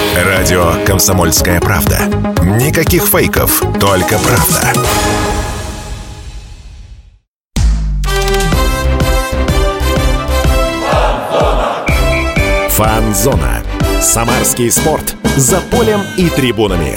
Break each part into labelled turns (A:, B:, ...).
A: Радио «Комсомольская правда». Никаких фейков, только правда. Фан-зона. Самарский спорт. За полем и трибунами.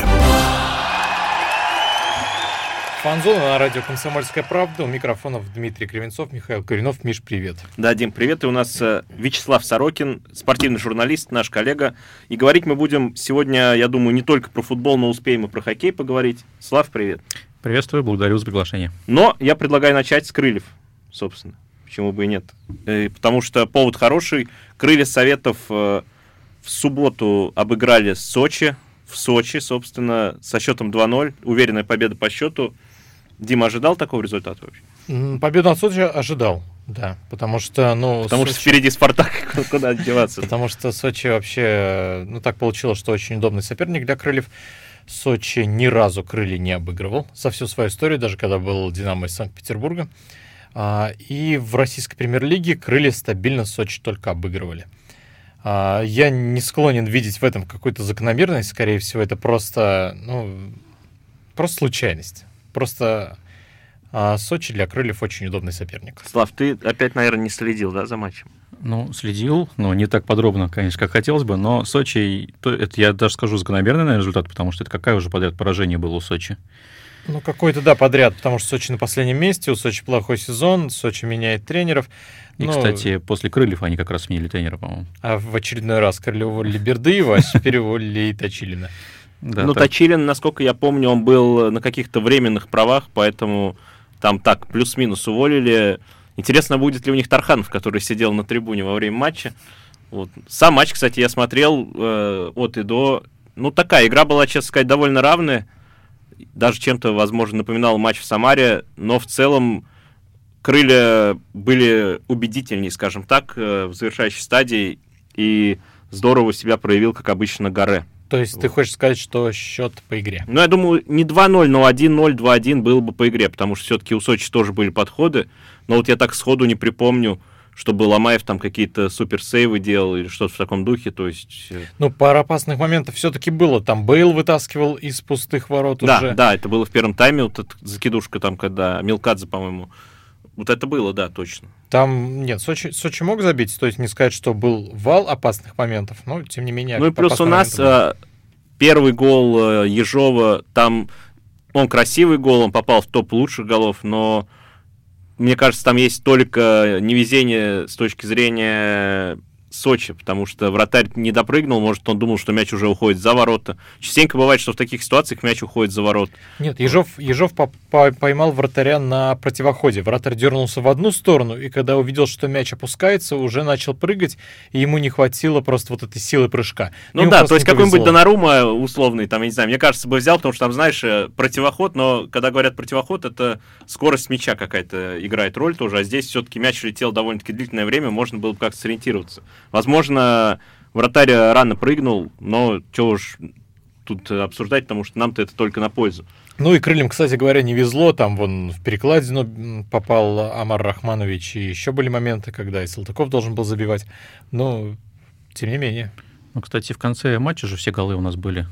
B: Фан-зона на радио «Комсомольская правда». У микрофонов Дмитрий Кривенцов, Михаил Коренов. Миш, привет.
C: Да, Дим, привет. И у нас Вячеслав Сорокин, спортивный журналист, наш коллега. И говорить мы будем сегодня, я думаю, не только про футбол, но успеем и про хоккей поговорить. Слав, привет.
D: Приветствую, благодарю за приглашение.
C: Но я предлагаю начать с крыльев, собственно. Почему бы и нет? Потому что повод хороший. Крылья Советов в субботу обыграли Сочи. В Сочи, собственно, со счетом 2-0. Уверенная победа по счету. Дима, ожидал такого результата вообще?
B: Победу над Сочи ожидал, да. Потому что
C: Сочи... что впереди Спартак, куда деваться.
B: Потому что Сочи вообще... так получилось, что очень удобный соперник для крыльев. Сочи ни разу крылья не обыгрывал за всю свою историю, даже когда был «Динамо» из Санкт-Петербурга. И в российской премьер-лиге крылья стабильно Сочи только обыгрывали. Я не склонен видеть в этом какую-то закономерность. Скорее всего, это просто случайность. Просто Сочи для крыльев очень удобный соперник.
C: Слав, ты опять, наверное, не следил, да, за матчем?
D: Следил, но не так подробно, конечно, как хотелось бы. Но Сочи, это я даже скажу закономерный, наверное, результат, потому что это какое уже подряд поражение было у Сочи?
B: Какое-то, да, подряд, потому что Сочи на последнем месте, у Сочи плохой сезон, Сочи меняет тренеров.
D: И, кстати, после крыльев они как раз сменили тренера, по-моему.
B: А в очередной раз крылья уволили Бердыева, а теперь уволили и Точилина.
C: Да, Точилин, насколько я помню, он был на каких-то временных правах, поэтому там так плюс-минус уволили. Интересно, будет ли у них Тарханов, который сидел на трибуне во время матча. Вот. Сам матч, кстати, я смотрел от и до. Такая игра была, честно сказать, довольно равная. Даже чем-то, возможно, напоминал матч в Самаре, но в целом крылья были убедительнее, скажем так, в завершающей стадии, и здорово себя проявил, как обычно, Гаре.
B: То есть ты хочешь сказать, что счет по игре?
C: Я думаю, не 2-0, но 1-0, 2-1 было бы по игре, потому что все-таки у Сочи тоже были подходы, но я так сходу не припомню, чтобы Ломаев там какие-то суперсейвы делал или что-то в таком духе, то есть...
B: пара опасных моментов все-таки было. Там Бейл вытаскивал из пустых ворот уже. Да,
C: это было в первом тайме, вот эта закидушка там, когда Милкадзе, по-моему... Вот это было, да, точно.
B: Там, нет, Сочи мог забить, то есть не сказать, что был вал опасных моментов, но тем не менее...
C: и плюс у нас первый гол Ежова, там он красивый гол, он попал в топ лучших голов, но мне кажется, там есть только невезение с точки зрения Сочи, потому что вратарь не допрыгнул, может, он думал, что мяч уже уходит за ворота. Частенько бывает, что в таких ситуациях мяч уходит за ворот.
B: Нет, Ежов поймал вратаря на противоходе. Вратарь дернулся в одну сторону, и когда увидел, что мяч опускается, уже начал прыгать, и ему не хватило просто вот этой силы прыжка.
C: То есть какой-нибудь Донорума условный, там, я не знаю, мне кажется, бы взял, потому что там, знаешь, противоход, но когда говорят противоход, это скорость мяча какая-то играет роль тоже, а здесь все-таки мяч летел довольно-таки длительное время, можно было бы как-то сориентироваться. Возможно, вратарь рано прыгнул, но что уж тут обсуждать, потому что нам-то это только на пользу.
B: И крыльям, кстати говоря, не везло. Там в перекладину попал Амар Рахманович, и еще были моменты, когда и Салтыков должен был забивать. Но, тем не менее.
D: Кстати, в конце матча же все голы у нас были.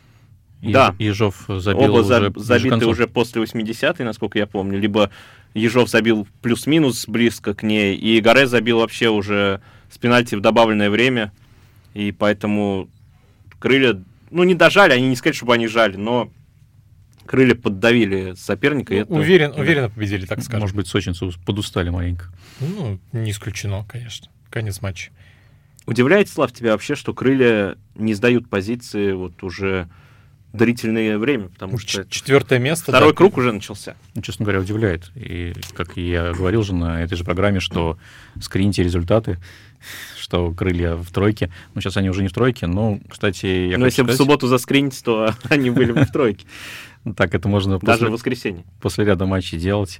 C: Да.
D: Ежов забил
C: оба
D: уже
C: забиты уже после 80-й, насколько я помню. Либо Ежов забил плюс-минус близко к ней, и Гаре забил вообще уже с пенальти в добавленное время. И поэтому крылья, не дожали, они не сказать, чтобы они жали, но крылья поддавили соперника.
B: Уверенно победили, так скажем.
D: Может быть, сочинцы подустали маленько.
B: Не исключено, конечно. Конец матча.
C: Удивляет, Слав, тебя вообще, что крылья не сдают позиции вот уже длительное время, потому что...
B: Четвертое место.
C: Второй круг уже начался.
D: Честно говоря, удивляет. И, как я говорил же на этой же программе, что скрините результаты, что крылья в тройке. Сейчас они уже не в тройке, но, кстати...
C: если бы в субботу заскринить, то они были бы в тройке.
D: Так, это можно
C: даже в воскресенье.
D: После ряда матчей делать.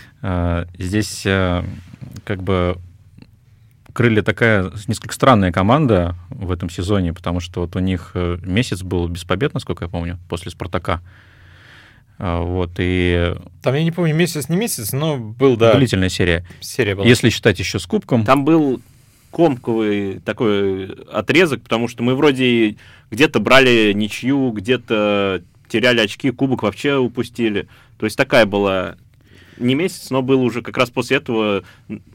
D: Здесь как бы крылья такая несколько странная команда в этом сезоне, потому что вот у них месяц был без побед, насколько я помню, после «Спартака». И...
B: Там, я не помню, месяц, не месяц, но был, да.
D: Длительная серия.
B: Серия была.
D: Если считать еще с кубком.
C: Там был скомковый такой отрезок, потому что мы вроде где-то брали ничью, где-то теряли очки, кубок вообще упустили. То есть такая была не месяц, но был уже как раз после этого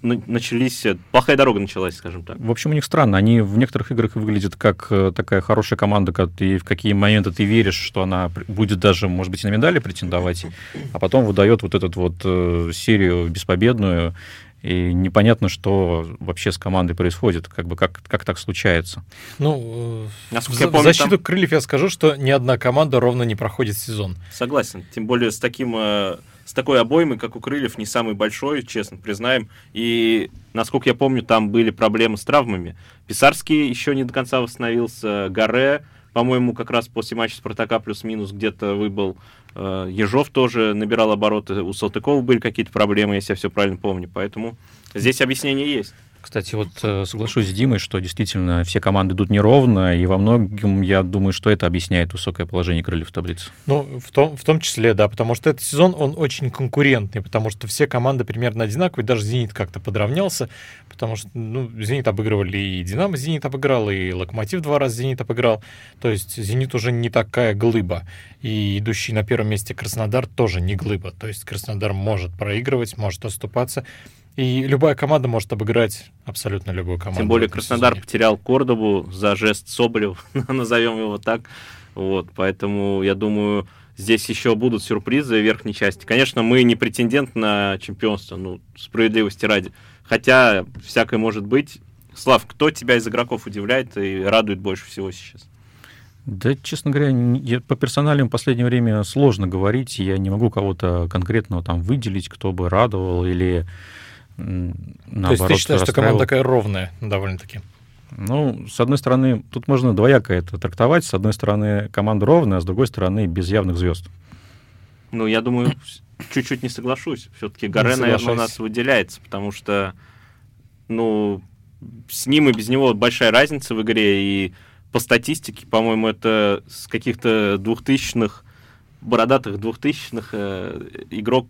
C: плохая дорога началась, скажем так.
D: В общем, у них странно. Они в некоторых играх выглядят как такая хорошая команда, и в какие моменты ты веришь, что она будет даже, может быть, и на медали претендовать, а потом выдает вот эту вот серию беспобедную, и непонятно, что вообще с командой происходит, как так случается.
B: Ну, в защиту крыльев я скажу, что ни одна команда ровно не проходит сезон.
C: Согласен, тем более с такой обоймой, как у крыльев, не самый большой, честно признаем. И, насколько я помню, там были проблемы с травмами. Писарский еще не до конца восстановился, Гаре, по-моему, как раз после матча Спартака плюс-минус где-то выбыл. Ежов тоже набирал обороты, у Салтыкова были какие-то проблемы, если я все правильно помню. Поэтому здесь объяснение есть.
D: Кстати, вот соглашусь с Димой, что действительно все команды идут неровно, и во многом, я думаю, что это объясняет высокое положение крыльев в таблице.
B: Ну, в том числе, да, потому что этот сезон, он очень конкурентный, потому что все команды примерно одинаковые, даже «Зенит» как-то подравнялся, потому что, «Зенит» обыгрывали, и «Динамо» «Зенит» обыграл, и «Локомотив» 2 раза «Зенит» обыграл, то есть «Зенит» уже не такая глыба, и идущий на первом месте Краснодар тоже не глыба, то есть Краснодар может проигрывать, может оступаться, и любая команда может обыграть абсолютно любую команду.
C: Тем более Краснодар потерял Кордобу за жест Соболева, назовем его так. Вот, поэтому, я думаю, здесь еще будут сюрпризы в верхней части. Конечно, мы не претендент на чемпионство, справедливости ради. Хотя всякое может быть. Слав, кто тебя из игроков удивляет и радует больше всего сейчас?
D: Да, честно говоря, по персоналям в последнее время сложно говорить. Я не могу кого-то конкретного там выделить, кто бы радовал или... наоборот,
B: то есть ты считаешь, что команда такая ровная довольно-таки?
D: С одной стороны, тут можно двояко это трактовать. С одной стороны, команда ровная, а с другой стороны, без явных звезд.
C: Я думаю, чуть-чуть не соглашусь. Все-таки Гаре, наверное, у нас выделяется, потому что, с ним и без него большая разница в игре. И по статистике, по-моему, это с каких-то 2000-х, бородатых 2000-х игрок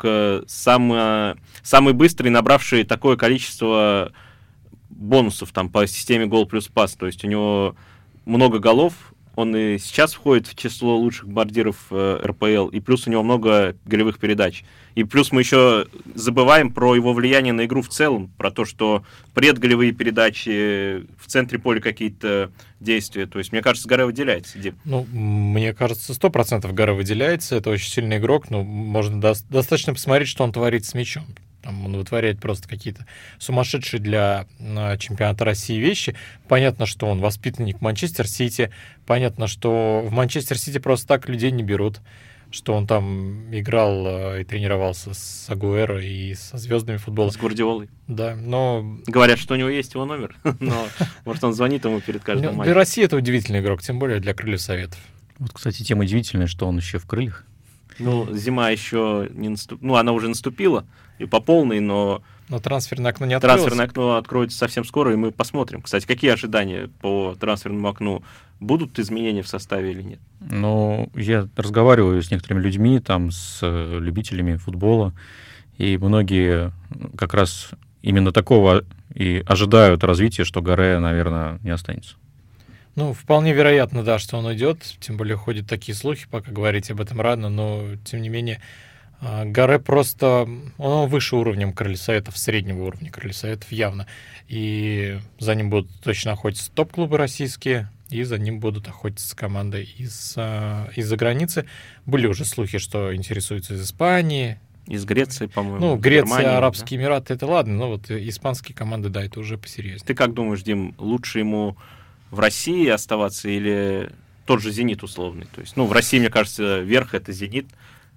C: самый быстрый, набравший такое количество бонусов там по системе гол плюс пас. То есть у него много голов, он и сейчас входит в число лучших бомбардиров РПЛ, и плюс у него много голевых передач. И плюс мы еще забываем про его влияние на игру в целом, про то, что предголевые передачи, в центре поля какие-то действия. То есть, мне кажется, Гаре выделяется, Дим.
B: Мне кажется, 100% Гаре выделяется. Это очень сильный игрок. Можно достаточно посмотреть, что он творит с мячом. Он вытворяет просто какие-то сумасшедшие для чемпионата России вещи. Понятно, что он воспитанник Манчестер Сити. Понятно, что в Манчестер Сити просто так людей не берут. Что он там играл и тренировался с Агуэро и со звездами футбола.
C: С Гвардиолой.
B: Да, но...
C: Говорят, что у него есть его номер, но, может, он звонит ему перед каждым матчем.
B: Для России это удивительный игрок, тем более для крыльев Советов.
D: Вот, кстати, тема удивительная, что он еще в крыльях.
C: Зима еще не наступила. Она уже наступила, и по полной, но
B: трансферное окно не открылось.
C: Трансферное окно откроется совсем скоро, и мы посмотрим. Кстати, какие ожидания по трансферному окну? Будут изменения в составе или нет?
D: Я разговариваю с некоторыми людьми, с любителями футбола, и многие как раз именно такого и ожидают развития, что Гаре, наверное, не останется.
B: Вполне вероятно, да, что он уйдет. Тем более ходят такие слухи, пока говорить об этом рано, но, тем не менее, Гаре просто... Он выше уровнем крыльев Советов, среднего уровня крыльев Советов явно. И за ним будут точно охотиться топ-клубы российские, и за ним будут охотиться команды из-за границы. Были уже слухи, что интересуются из Испании.
C: Из Греции, по-моему.
B: Греция,
C: Германии,
B: Арабские Эмираты, это ладно, но испанские команды, да, это уже посерьезнее.
C: Ты как думаешь, Дим, лучше ему в России оставаться или тот же «Зенит» условный? То есть, в России, мне кажется, верх — это «Зенит»,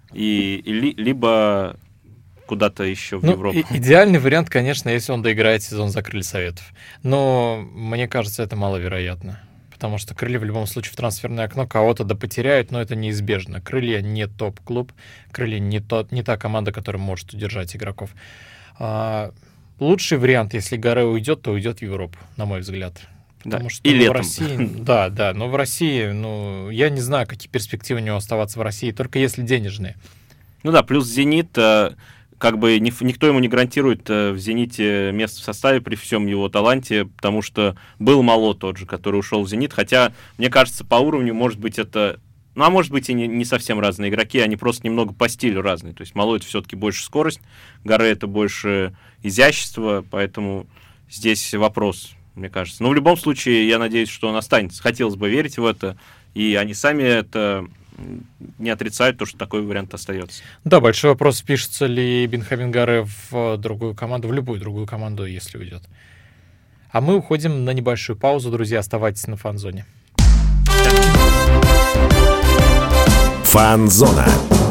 C: либо куда-то еще в Европу.
B: Идеальный вариант, конечно, если он доиграет сезон за крылья Советов. Но мне кажется, это маловероятно. Потому что крылья в любом случае в трансферное окно кого-то потеряют, но это неизбежно. Крылья не топ-клуб, крылья не та команда, которая может удержать игроков. Лучший вариант, если Гаре уйдет, то уйдет в Европу, на мой взгляд. Потому что
C: и летом.
B: В России, да, но в России, я не знаю, какие перспективы у него оставаться в России, только если денежные.
C: Плюс «Зенит», как бы никто ему не гарантирует в «Зените» место в составе при всем его таланте, потому что был Мало тот же, который ушел в «Зенит», хотя, мне кажется, по уровню, может быть, это... Ну, а может быть, и не совсем разные игроки, они просто немного по стилю разные. То есть Мало — это все-таки больше скорость, Гаре — это больше изящество, поэтому здесь вопрос, мне кажется. Но в любом случае, я надеюсь, что он останется. Хотелось бы верить в это, и они сами это не отрицают, то, что такой вариант остается.
B: Да, большой вопрос, впишется ли Бенхамин Гаре в другую команду, в любую другую команду, если уйдет. А мы уходим на небольшую паузу. Друзья, оставайтесь на Фан-зоне.
A: Фан-зона.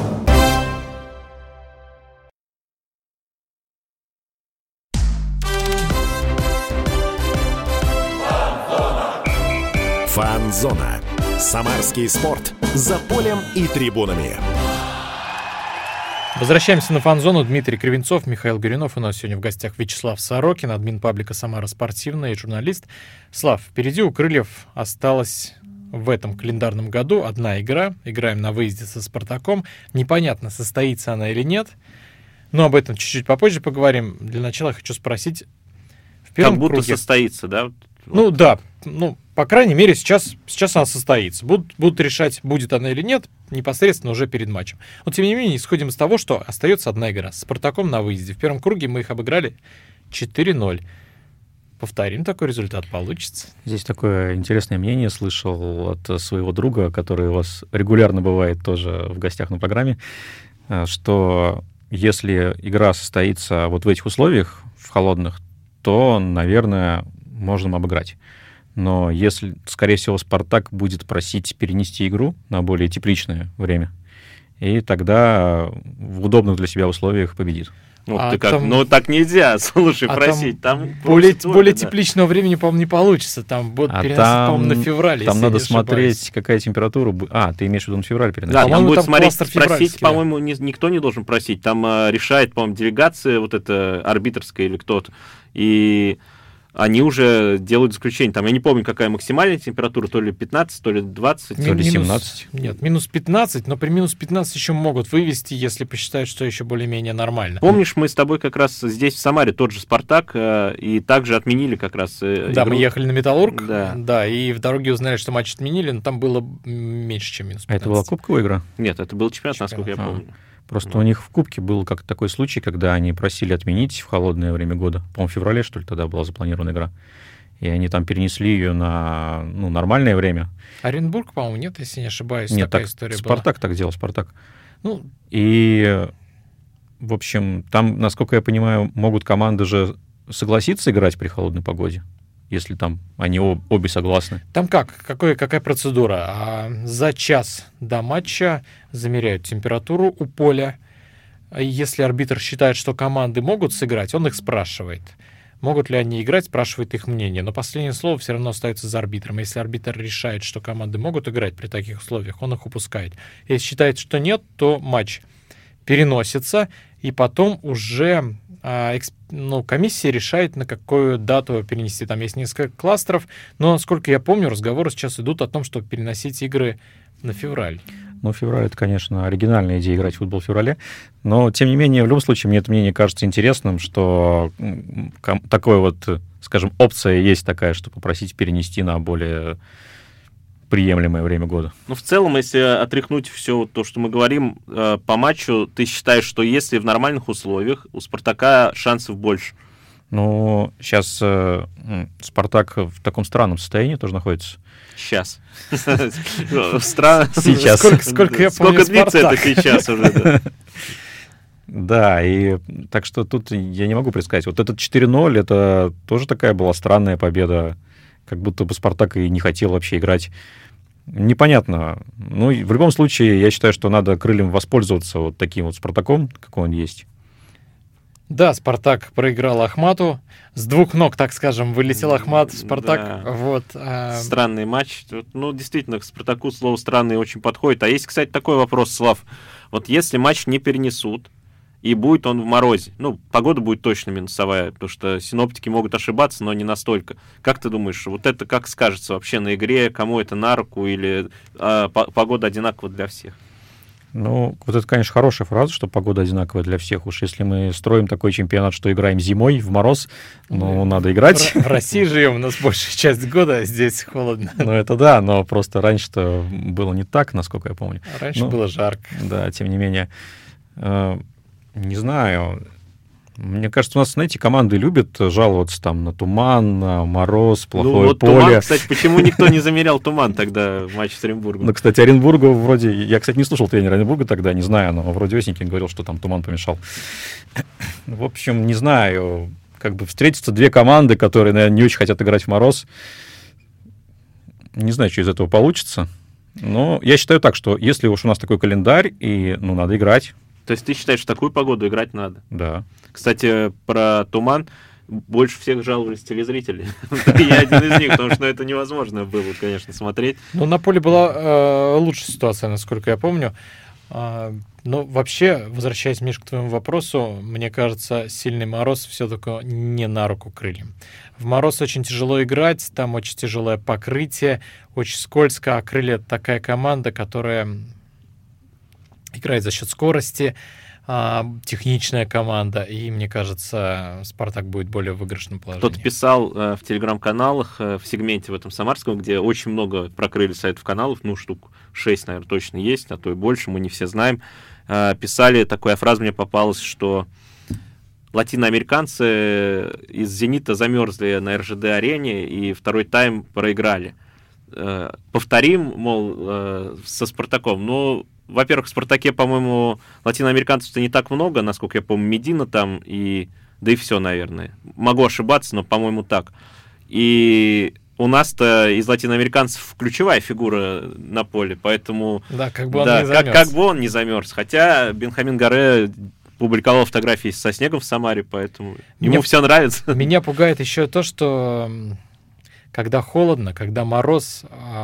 A: Фан-зона. Самарский спорт. За полем и трибунами.
B: Возвращаемся на Фан-зону. Дмитрий Кривенцов, Михаил Горюнов. У нас сегодня в гостях Вячеслав Сорокин, админ паблика «Самара Спортивная» и журналист. Слав, впереди у «Крыльев» осталось в этом календарном году одна игра. Играем на выезде со «Спартаком». Непонятно, состоится она или нет. Но об этом чуть-чуть попозже поговорим. Для начала хочу спросить. В первом
C: как будто
B: круге...
C: состоится, да?
B: Ну да, по крайней мере, сейчас она состоится. Будут решать, будет она или нет, непосредственно уже перед матчем. Но тем не менее, исходим из того, что остается одна игра с «Спартаком» на выезде. В первом круге мы их обыграли 4-0. Повторим, такой результат получится.
D: Здесь такое интересное мнение слышал от своего друга, который у вас регулярно бывает тоже в гостях на программе, что если игра состоится вот в этих условиях, в холодных, то, наверное, можно обыграть. Но если, скорее всего, «Спартак» будет просить перенести игру на более тепличное время, и тогда в удобных для себя условиях победит.
C: Ну, так нельзя, слушай, просить. Там
B: более тепличного времени, по-моему, не получится. Там будут переносить, по-моему, на февраль.
D: Там надо смотреть, какая температура. Ты имеешь в виду на февраль переносить?
C: Да, там будет смотреть, просить, по-моему, никто не должен просить. Там решает, по-моему, делегация, вот эта арбитрская или кто-то. И они уже делают исключение. Там, я не помню, какая максимальная температура, то ли 15, то ли 20,
D: то ли 17.
B: Нет, минус 15, но при минус 15 еще могут вывести, если посчитают, что еще более-менее нормально.
C: Помнишь, мы с тобой как раз здесь, в Самаре, тот же «Спартак», и также отменили как раз игру.
B: Да, мы ехали на «Металлург»,
C: да,
B: и в дороге узнали, что матч отменили, но там было меньше, чем минус 15.
D: А это была кубковая игра?
C: Нет, это был чемпионат, насколько я помню.
D: Просто у них в Кубке был как-то такой случай, когда они просили отменить в холодное время года. По-моему, в феврале, что ли, тогда была запланирована игра. И они там перенесли ее на нормальное время.
B: Оренбург, по-моему, нет, если не ошибаюсь.
D: Нет,
B: такая история
D: «Спартак»
B: была.
D: так делал, «Спартак». И, в общем, там, насколько я понимаю, могут команды же согласиться играть при холодной погоде, если там они обе согласны.
B: Там какая процедура? За час до матча замеряют температуру у поля. Если арбитр считает, что команды могут сыграть, он их спрашивает. Могут ли они играть, спрашивает их мнение. Но последнее слово все равно остается за арбитром. Если арбитр решает, что команды могут играть при таких условиях, он их упускает. Если считает, что нет, то матч переносится, и потом уже комиссия решает, на какую дату перенести. Там есть несколько кластеров, но, насколько я помню, разговоры сейчас идут о том, чтобы переносить игры на февраль.
D: Февраль — это, конечно, оригинальная идея играть в футбол в феврале, но, тем не менее, в любом случае, мне это мнение кажется интересным, что такое вот, скажем, опция есть такая, что попросить перенести на более приемлемое время года.
C: В целом, если отряхнуть все то, что мы говорим по матчу, ты считаешь, что если в нормальных условиях у «Спартака» шансов больше?
D: Сейчас «Спартак» в таком странном состоянии тоже находится.
C: Сейчас.
D: Сейчас.
B: Сколько я помню,
C: сколько длится это сейчас уже?
D: Да, и так что тут я не могу предсказать. Вот этот 4-0, это тоже такая была странная победа, как будто бы «Спартак» и не хотел вообще играть. Непонятно. В любом случае, я считаю, что надо крыльям воспользоваться вот таким вот «Спартаком», какой он есть.
B: Да, «Спартак» проиграл Ахмату. С двух ног, так скажем, вылетел Ахмат, «Спартак».
C: Да. Странный матч. Действительно, к «Спартаку» слово «странный» очень подходит. А есть, кстати, такой вопрос, Слав. Вот если матч не перенесут, и будет он в морозе, погода будет точно минусовая, потому что синоптики могут ошибаться, но не настолько. Как ты думаешь, вот это как скажется вообще на игре, кому это на руку, или погода одинакова для всех?
D: Ну, вот это, конечно, хорошая фраза, что погода одинаковая для всех. Уж если мы строим такой чемпионат, что играем зимой, в мороз, ну, надо играть.
B: В России живем, у нас большая часть года, а здесь холодно.
D: Ну, это да, но просто раньше-то было не так, насколько я помню.
B: Раньше было жарко.
D: Да, тем не менее. Не знаю. Мне кажется, у нас, знаете, команды любят жаловаться там на туман, на мороз, плохое поле.
C: Туман, кстати, почему никто не замерял туман тогда в матче с Оренбургом?
D: Ну, кстати, Оренбургу вроде... Я, кстати, не слушал тренера Оренбурга тогда, не знаю, но вроде Осенькин говорил, что там туман помешал. В общем, не знаю. Как бы встретятся две команды, которые, наверное, не очень хотят играть в мороз. Не знаю, что из этого получится. Но я считаю так, что если уж у нас такой календарь, и, ну, надо играть.
C: То есть ты считаешь, в такую погоду играть надо?
D: Да.
C: Кстати, про туман больше всех жаловались телезрители. Я один из них, потому что это невозможно было, конечно, смотреть.
B: Ну, на поле была лучшая ситуация, насколько я помню. Но вообще, возвращаясь, Миш, к твоему вопросу, мне кажется, сильный мороз все-таки не на руку крыльям. В мороз очень тяжело играть, там очень тяжелое покрытие, очень скользко, а крылья — такая команда, которая играет за счет скорости, техничная команда, и, мне кажется, «Спартак» будет более в выигрышном положении.
C: Кто-то писал в телеграм-каналах, в сегменте в этом самарском, где очень много про крылья сайтов каналов, ну, штук 6, наверное, точно есть, а то и больше, мы не все знаем, писали, такая фраза мне попалась, что латиноамериканцы из «Зенита» замерзли на РЖД-арене и второй тайм проиграли. Повторим, мол, со «Спартаком», но... Во-первых, в «Спартаке», по-моему, латиноамериканцев-то не так много, насколько я помню, Медина там, да и все, наверное. Могу ошибаться, но, по-моему, так. И у нас-то из латиноамериканцев ключевая фигура на поле, поэтому...
B: Да, как бы он не замерз.
C: Как бы он не замерз. Хотя Бенхамин Гарре публиковал фотографии со снегом в Самаре, поэтому ему все нравится.
B: Меня пугает еще то, что когда холодно, когда мороз,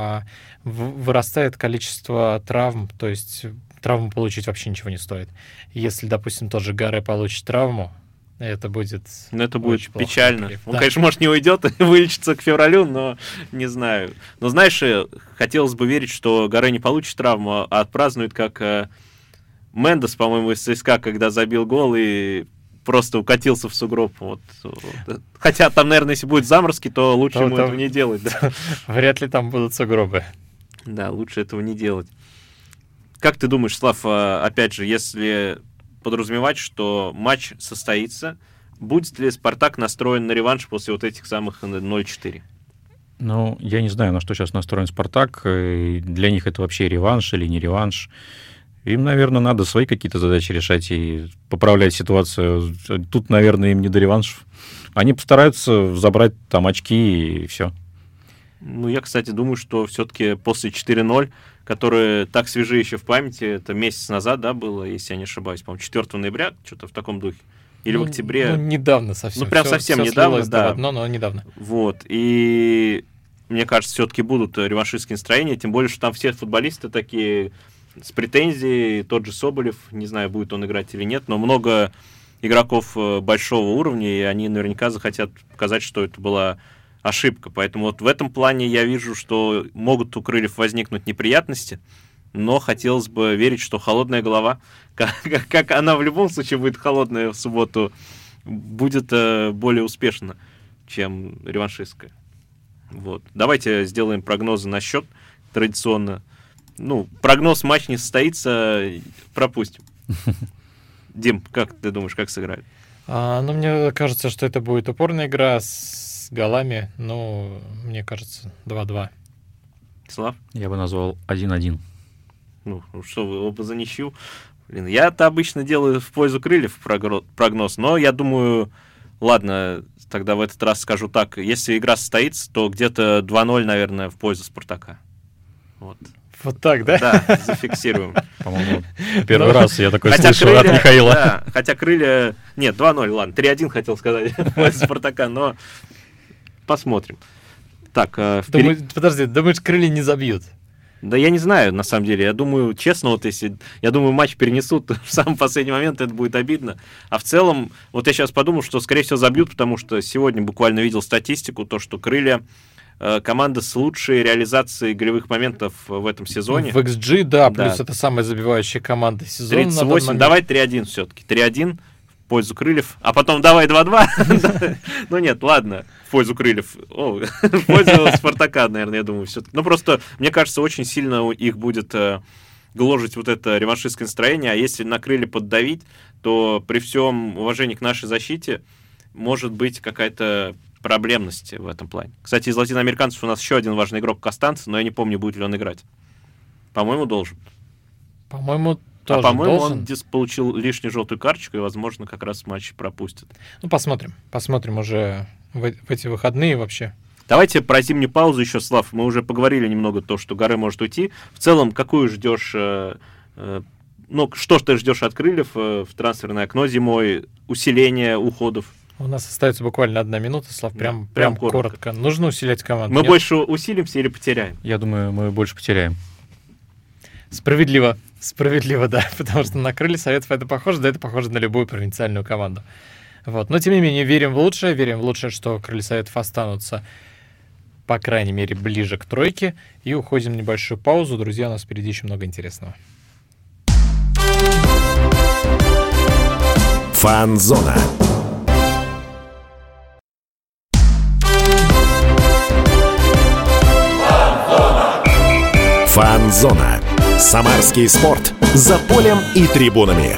B: вырастает количество травм, то есть травму получить вообще ничего не стоит. Если, допустим, тот же Гарре получит травму, это будет...
C: Ну, это будет печально. Он,
B: да.
C: Конечно, может, не уйдет и вылечится к февралю, но не знаю. Но, знаешь, хотелось бы верить, что Гарре не получит травму, а отпразднует, как Мендес, по-моему, из ЦСКА, когда забил гол и просто укатился в сугроб. Вот. Хотя там, наверное, если будет заморозки, то лучше ему этого не делать. Да.
B: Вряд ли там будут сугробы.
C: Да, лучше этого не делать. Как ты думаешь, Слав, опять же, если подразумевать, что матч состоится, будет ли «Спартак» настроен на реванш после вот этих самых 0-4?
D: Ну, я не знаю, на что сейчас настроен «Спартак». Для них это вообще реванш или не реванш. Им, наверное, надо свои какие-то задачи решать и поправлять ситуацию. Тут, наверное, им не до реваншев. Они постараются забрать там очки и все.
C: Ну, я, кстати, думаю, что все-таки после 4-0, которые так свежи еще в памяти, это месяц назад, да, было, если я не ошибаюсь, по-моему, 4 ноября, что-то в таком духе. Или в октябре.
B: Ну, недавно совсем.
C: Ну, прям совсем недавно, да.
B: Но недавно.
C: Вот, и мне кажется, все-таки будут реваншистские настроения, тем более, что там все футболисты такие с претензией, тот же Соболев, не знаю, будет он играть или нет, но много игроков большого уровня, и они наверняка захотят показать, что это была ошибка. Поэтому вот в этом плане я вижу, что могут у крыльев возникнуть неприятности, но хотелось бы верить, что холодная голова, как она в любом случае будет холодная в субботу, будет более успешна, чем реваншистская. Вот. Давайте сделаем прогнозы на счет традиционно. Ну, прогноз матч не состоится, пропустим. Дим, как ты думаешь, как сыграют?
B: Ну, мне кажется, что это будет упорная игра с голами. Ну, мне кажется, 2-2.
C: Слав?
D: Я бы назвал 1-1.
C: Ну, что вы оба за ничью? Блин, я-то обычно делаю в пользу крыльев прогноз, но я думаю, ладно, тогда в этот раз скажу так. Если игра состоится, то где-то 2-0, наверное, в пользу «Спартака». Вот.
B: Вот так, да?
C: Да, зафиксируем.
D: По-моему, первый раз я такой
C: Хотя
D: слышу от Михаила.
C: Да, хотя крылья... Нет, 2-0, ладно, 3-1 хотел сказать в пользу «Спартака», но посмотрим. Так,
B: подожди, думаешь, крылья не забьют?
C: Да я не знаю, на самом деле. Я думаю, честно, вот если... Я думаю, матч перенесут в самый последний момент, это будет обидно. А в целом, вот я сейчас подумал, что, скорее всего, забьют, потому что сегодня буквально видел статистику, то, что крылья команда с лучшей реализацией голевых моментов в этом сезоне.
B: В XG, да, плюс это самая забивающая команда сезона.
C: 38, давай 3-1 все-таки. 3-1 в пользу Крыльев, а потом давай 2-2. Ну нет, ладно, в пользу Крыльев. В пользу Спартака, наверное, я думаю, все-таки. Ну просто, мне кажется, очень сильно их будет гложить вот это реваншистское настроение, а если на Крылья поддавить, то при всем уважении к нашей защите может быть какая-то проблемность в этом плане. Кстати, из латиноамериканцев у нас еще один важный игрок Костанца, но я не помню, будет ли он играть. По-моему, должен.
B: По-моему, тоже
C: по-моему,
B: должен.
C: Он получил лишнюю желтую карточку и, возможно, как раз матч пропустит.
B: Ну, посмотрим. Посмотрим уже в эти выходные вообще.
C: Давайте про зимнюю паузу еще, Слав. Мы уже поговорили немного то, что Горы может уйти. В целом, какую ждешь... что ты ждешь от Крыльев в трансферное окно зимой? Усиление уходов?
B: У нас остается буквально 1 минута, Слав, прям коротко. Нужно усилять команду.
C: Мы больше усилимся или потеряем?
D: Я думаю, мы больше потеряем.
B: Справедливо, да, потому что на Крылья Советов это похоже на любую провинциальную команду. Вот. Но, тем не менее, верим в лучшее, что Крылья Советов останутся, по крайней мере, ближе к тройке, и уходим в небольшую паузу. Друзья, у нас впереди еще много интересного.
A: Фан-зона. Фан-зона. Самарский спорт. За полем и трибунами.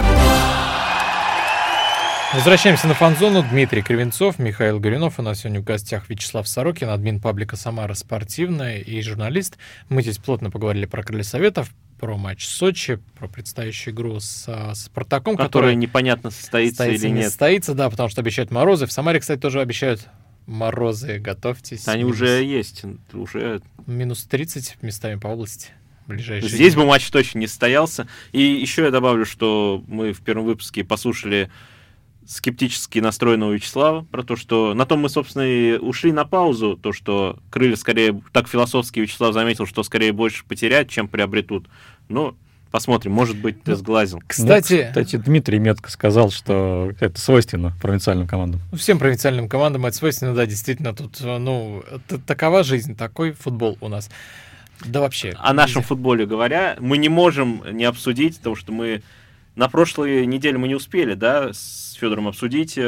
B: Возвращаемся на фан-зону. Дмитрий Кривенцов, Михаил Горюнов. У нас сегодня в гостях Вячеслав Сорокин, админ паблика «Самара Спортивная» и журналист. Мы здесь плотно поговорили про Крылья Советов, про матч в Сочи, про предстоящую игру с Спартаком,
C: которая непонятно состоится или нет.
B: Состоится, да, потому что обещают морозы. В Самаре, кстати, тоже обещают морозы. Готовьтесь.
C: Они уже есть. Уже
B: минус 30 местами по области.
C: Здесь бы матч точно не состоялся. И еще я добавлю, что мы в первом выпуске послушали скептически настроенного Вячеслава про то, что на том мы, собственно, и ушли на паузу, то, что Крылья скорее, так философски Вячеслав заметил, что скорее больше потерять, чем приобретут. Ну, посмотрим, может быть, ты сглазил.
B: Кстати,
D: Дмитрий метко сказал, что это свойственно провинциальным командам.
B: Всем провинциальным командам это свойственно, да, действительно, тут, такова жизнь, такой футбол у нас. Да вообще.
C: О нашем футболе говоря, мы не можем не обсудить, потому что мы на прошлой неделе мы не успели, да, с Федором обсудить.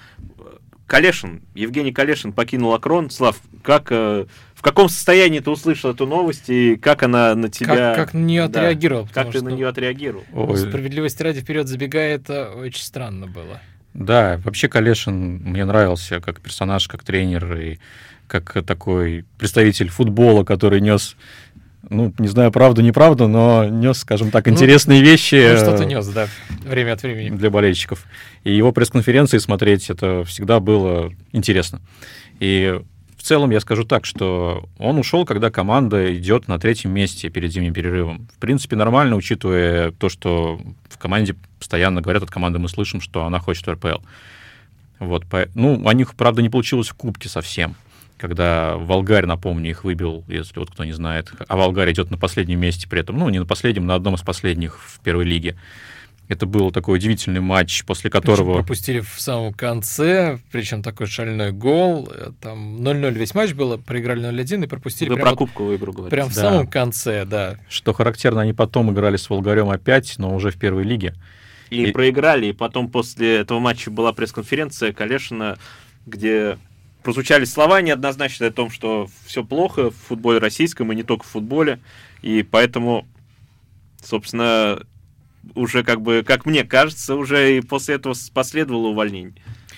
C: Калешин, Евгений Калешин покинул Акрон. Слав, в каком состоянии ты услышал эту новость и как она на тебя...
B: Как на нее отреагировал?
C: Как ты на нее отреагировал?
B: Справедливости ради вперед забегая, это очень странно было.
D: Да, вообще Калешин мне нравился как персонаж, как тренер и как такой представитель футбола, который нес, не знаю, правду, неправду, но нес, скажем так, интересные вещи.
B: Что-то нес, да, время от времени.
D: Для болельщиков. И его пресс-конференции смотреть, это всегда было интересно. И в целом я скажу так, что он ушел, когда команда идет на 3-м месте перед зимним перерывом. В принципе, нормально, учитывая то, что в команде постоянно говорят, от команды мы слышим, что она хочет в РПЛ. Вот, у них, правда, не получилось в Кубке совсем. Когда Волгарь, напомню, их выбил, если вот кто не знает, а Волгарь идет на последнем месте при этом, не на последнем, на одном из последних в первой лиге. Это был такой удивительный матч, после которого...
B: Пропустили в самом конце, причем такой шальной гол. Там 0-0 весь матч было, проиграли 0-1 и пропустили...
C: Вы про кубковую игру говорите.
B: Прям в самом конце, да.
D: Что характерно, они потом играли с Волгарем опять, но уже в первой лиге.
C: И проиграли, и потом после этого матча была пресс-конференция Калешина, где... прозвучали слова неоднозначные о том, что все плохо в футболе российском и не только в футболе, и поэтому, собственно, уже как мне кажется, уже и после этого последовало увольнение.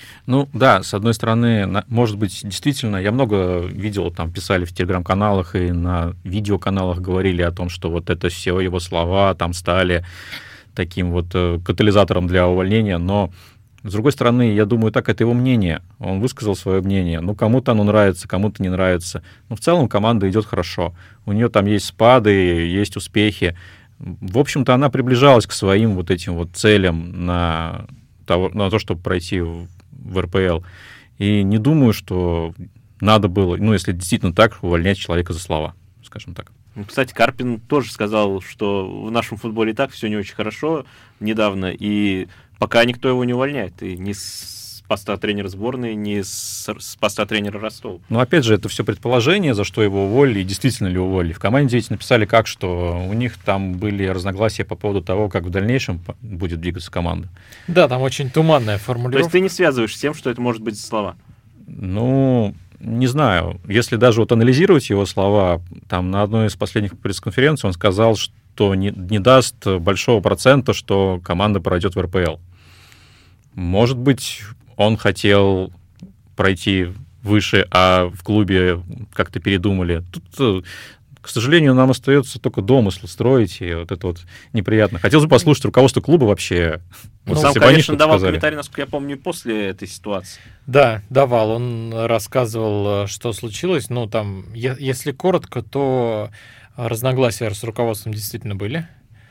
D: Да, с одной стороны, может быть, действительно, я много видел, там писали в телеграм-каналах и на видеоканалах говорили о том, что вот это все его слова там стали таким вот катализатором для увольнения, но с другой стороны, я думаю, так это его мнение. Он высказал свое мнение. Кому-то оно нравится, кому-то не нравится. Но в целом команда идет хорошо. У нее там есть спады, есть успехи. В общем-то, она приближалась к своим вот этим вот целям на то, чтобы пройти в РПЛ. И не думаю, что надо было, если действительно так, увольнять человека за слова, скажем так.
C: Кстати, Карпин тоже сказал, что в нашем футболе и так все не очень хорошо недавно, и пока никто его не увольняет. И ни с поста тренера сборной, ни с поста тренера Ростова.
D: Ну, опять же, это все предположение, за что его уволили, и действительно ли уволили. В команде ведь написали как, что у них там были разногласия по поводу того, как в дальнейшем будет двигаться команда.
B: Да, там очень туманная
C: То
B: формулировка.
C: есть ты не связываешь с тем, что это может быть за слова?
D: Ну, не знаю. Если даже вот анализировать его слова, там на одной из последних пресс-конференций он сказал, что не даст большого процента, что команда пройдет в РПЛ. Может быть, он хотел пройти выше, а в клубе как-то передумали. Тут, к сожалению, нам остается только домыслы строить, и вот это вот неприятно. Хотелось бы послушать руководство клуба вообще.
C: Вот
D: Вот
C: сам,
D: если бы они
C: конечно,
D: что-то
C: давал
D: сказали.
C: комментарий, насколько я помню, после этой ситуации.
B: Да, давал. Он рассказывал, что случилось. Ну, там, если коротко, то разногласия с руководством действительно были.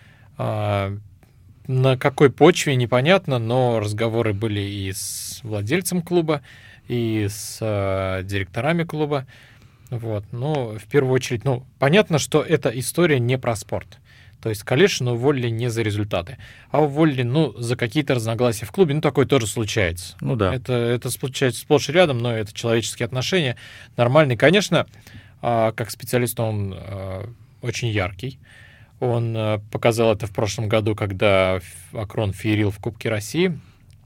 B: На какой почве, непонятно, но разговоры были и с владельцем клуба, и с директорами клуба. Вот. Но в первую очередь, ну, понятно, что эта история не про спорт. То есть Калешина уволили не за результаты, а уволили, ну, за какие-то разногласия в клубе. Ну, такое тоже случается.
D: Ну да.
B: Это случается сплошь и рядом, но это человеческие отношения нормальные. Конечно, как специалист он очень яркий. Он показал это в прошлом году, когда Акрон феерил в Кубке России.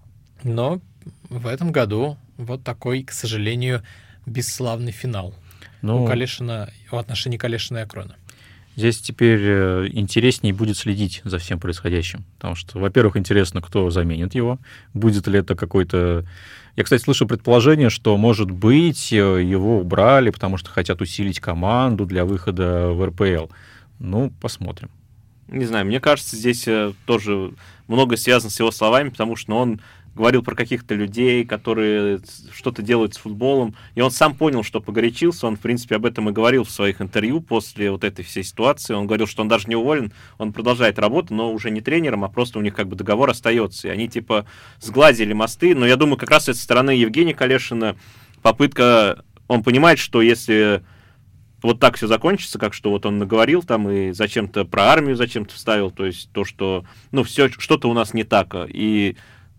B: Но в этом году вот такой, к сожалению, бесславный финал
D: Ну,
B: у Калешина, в отношении Калешина и Акрона.
D: здесь теперь интереснее будет следить за всем происходящим. Потому что, во-первых, интересно, кто заменит его. Будет ли это какой-то... Я, кстати, слышу предположение, что, может быть, его убрали, потому что хотят усилить команду для выхода в РПЛ. Ну, посмотрим.
C: Не знаю, мне кажется, здесь тоже много связано с его словами, потому что он говорил про каких-то людей, которые что-то делают с футболом, и он сам понял, что погорячился, он, в принципе, об этом и говорил в своих интервью после вот этой всей ситуации, он говорил, что он даже не уволен, он продолжает работу, но уже не тренером, а просто у них как бы договор остается, и они типа сгладили мосты, но я думаю, как раз со стороны Евгения Калешина попытка, он понимает, что если вот так все закончится, как что вот он наговорил там и зачем-то про армию зачем-то вставил, то есть то, что, ну, все, что-то у нас не так, и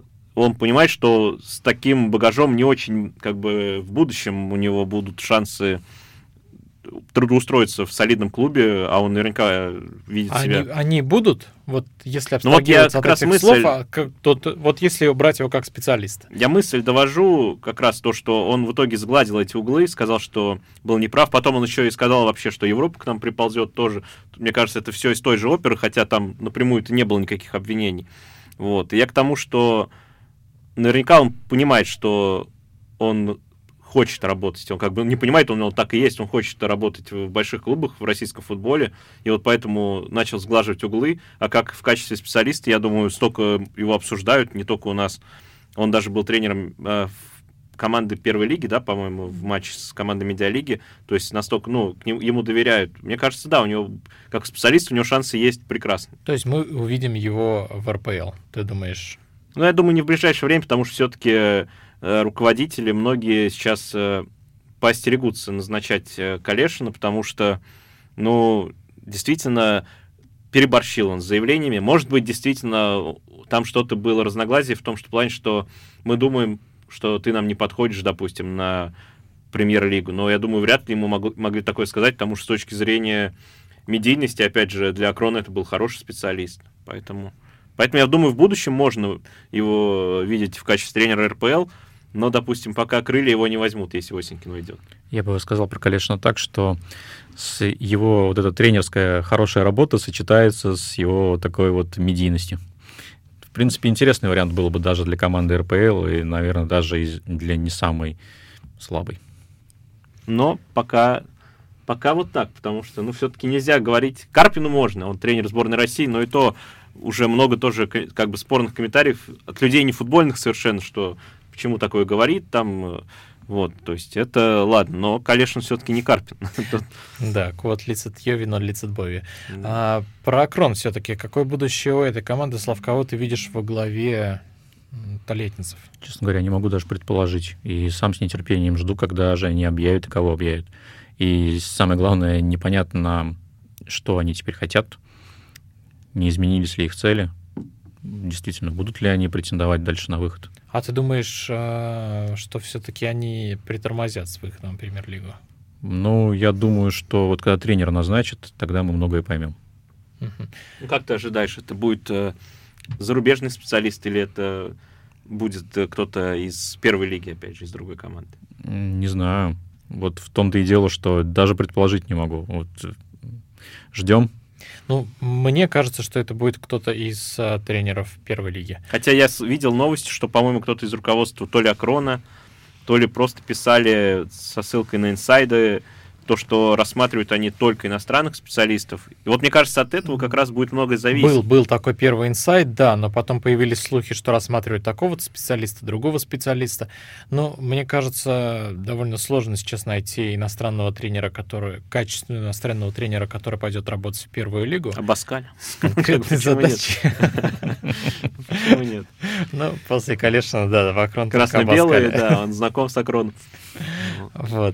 C: он понимает, что с таким багажом не очень, как бы, в будущем у него будут шансы трудоустроиться в солидном клубе, а он наверняка видит себя...
B: Они будут, вот если
C: Ну, вот я
B: абстрагироваться
C: как
B: от
C: раз
B: этих
C: мысль-
B: слов, вот если брать его как специалиста.
C: Я мысль довожу как раз то, что он в итоге сгладил эти углы, сказал, что был неправ. Потом он еще и сказал вообще, что Европа к нам приползет тоже. Мне кажется, это все из той же оперы, хотя там напрямую-то не было никаких обвинений. Вот. И я к тому, что наверняка он понимает, что он хочет работать. Он как бы не понимает, он так и есть, он хочет работать в больших клубах в российском футболе, и вот поэтому начал сглаживать углы, а как в качестве специалиста, я думаю, столько его обсуждают, не только у нас. Он даже был тренером команды первой лиги, да, по-моему, в матче с командой медиалиги, то есть настолько, ну, ему доверяют. Мне кажется, да, у него, как специалист, у него шансы есть прекрасные.
B: То есть мы увидим его в РПЛ, ты думаешь?
C: Ну, я думаю, не в ближайшее время, потому что все-таки руководители, многие сейчас поостерегутся назначать Калешина, потому что, ну, действительно, переборщил он с заявлениями. Может быть, действительно, там что-то было разногласие в том, что в плане, что мы думаем, что ты нам не подходишь, допустим, на премьер-лигу. Но я думаю, вряд ли ему могли такое сказать, потому что с точки зрения медийности, опять же, для Акрона это был хороший специалист. Поэтому я думаю, в будущем можно его видеть в качестве тренера РПЛ, но, допустим, пока крылья его не возьмут, если Осенькин уйдет.
D: Я бы сказал про Калешина так, что с его вот эта тренерская хорошая работа сочетается с его такой вот медийностью. В принципе, интересный вариант был бы даже для команды РПЛ и, наверное, даже и для не самой слабой.
C: Но пока вот так, потому что, ну, все-таки нельзя говорить... Карпину можно, он тренер сборной России, но и то уже много тоже как бы спорных комментариев от людей не футбольных совершенно, что почему такое говорит там, вот, то есть это ладно, но Калешин все-таки не Карпин.
B: Да, квот лицет Йови, но лицет Бови. Про Акрон все-таки, какое будущее у этой команды, Слав, кого ты видишь во главе Толетницев?
D: Честно говоря, не могу даже предположить. И сам с нетерпением жду, когда же они объявят и кого объявят. И самое главное, непонятно, что они теперь хотят, не изменились ли их цели, действительно, будут ли они претендовать дальше на выход.
B: А ты думаешь, что все-таки они притормозят с выходом в Премьер-лигу?
D: Ну, я думаю, что вот когда тренер назначит, тогда мы многое поймем.
C: Ну, как ты ожидаешь, это будет зарубежный специалист или это будет кто-то из первой лиги, опять же, из другой команды?
D: Не знаю. Вот в том-то и дело, что даже предположить не могу. Вот ждем.
B: Ну, мне кажется, что это будет кто-то из тренеров первой лиги.
C: Хотя я видел новости, что, по-моему, кто-то из руководства то ли Акрона, то ли просто писали со ссылкой на инсайды, то, что рассматривают они только иностранных специалистов. И вот мне кажется, от этого как раз будет многое зависеть.
B: Был такой первый инсайт, да, но потом появились слухи, что рассматривают такого-то специалиста, другого специалиста. Но мне кажется, довольно сложно сейчас найти иностранного тренера, качественного иностранного тренера, который пойдет работать в первую лигу.
C: Абаскаль.
B: С конкретной задачей.
C: Почему нет?
B: Ну, после Калешина, да, Акрон.
C: Красно-белый, да, он знаком с Акроном.
B: Вот.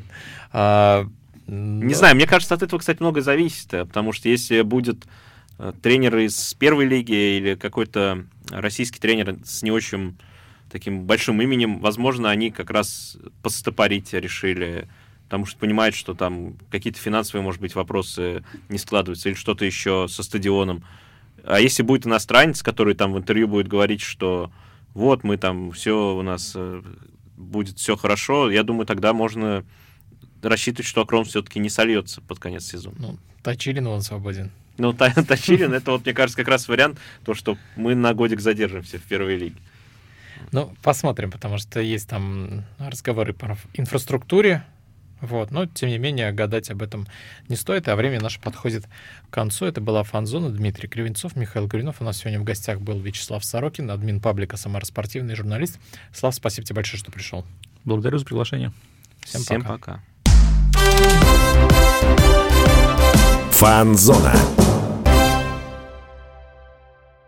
C: Не знаю, мне кажется, от этого, кстати, многое зависит, потому что если будет тренер из первой лиги или какой-то российский тренер с не очень таким большим именем, возможно, они как раз постопорить решили, потому что понимают, что там какие-то финансовые, может быть, вопросы не складываются или что-то еще со стадионом. А если будет иностранец, который там в интервью будет говорить, что вот мы там все у нас будет все хорошо, я думаю, тогда можно рассчитывать, что Акрон все-таки не сольется под конец сезона.
B: Ну, Точилин он свободен.
C: Ну, Точилин, это вот, мне кажется, как раз вариант, то, что мы на годик задержимся в первой лиге.
B: Ну, посмотрим, потому что есть там разговоры по инфраструктуре, вот, но, тем не менее, гадать об этом не стоит, а время наше подходит к концу. Это была Фан-зона, Дмитрий Кривенцов, Михаил Горюнов. У нас сегодня в гостях был Вячеслав Сорокин, админ паблика «Самара Спортивный», журналист. Слав, спасибо тебе большое, что пришел.
D: Благодарю за приглашение.
C: Всем пока.
A: Фан-зона.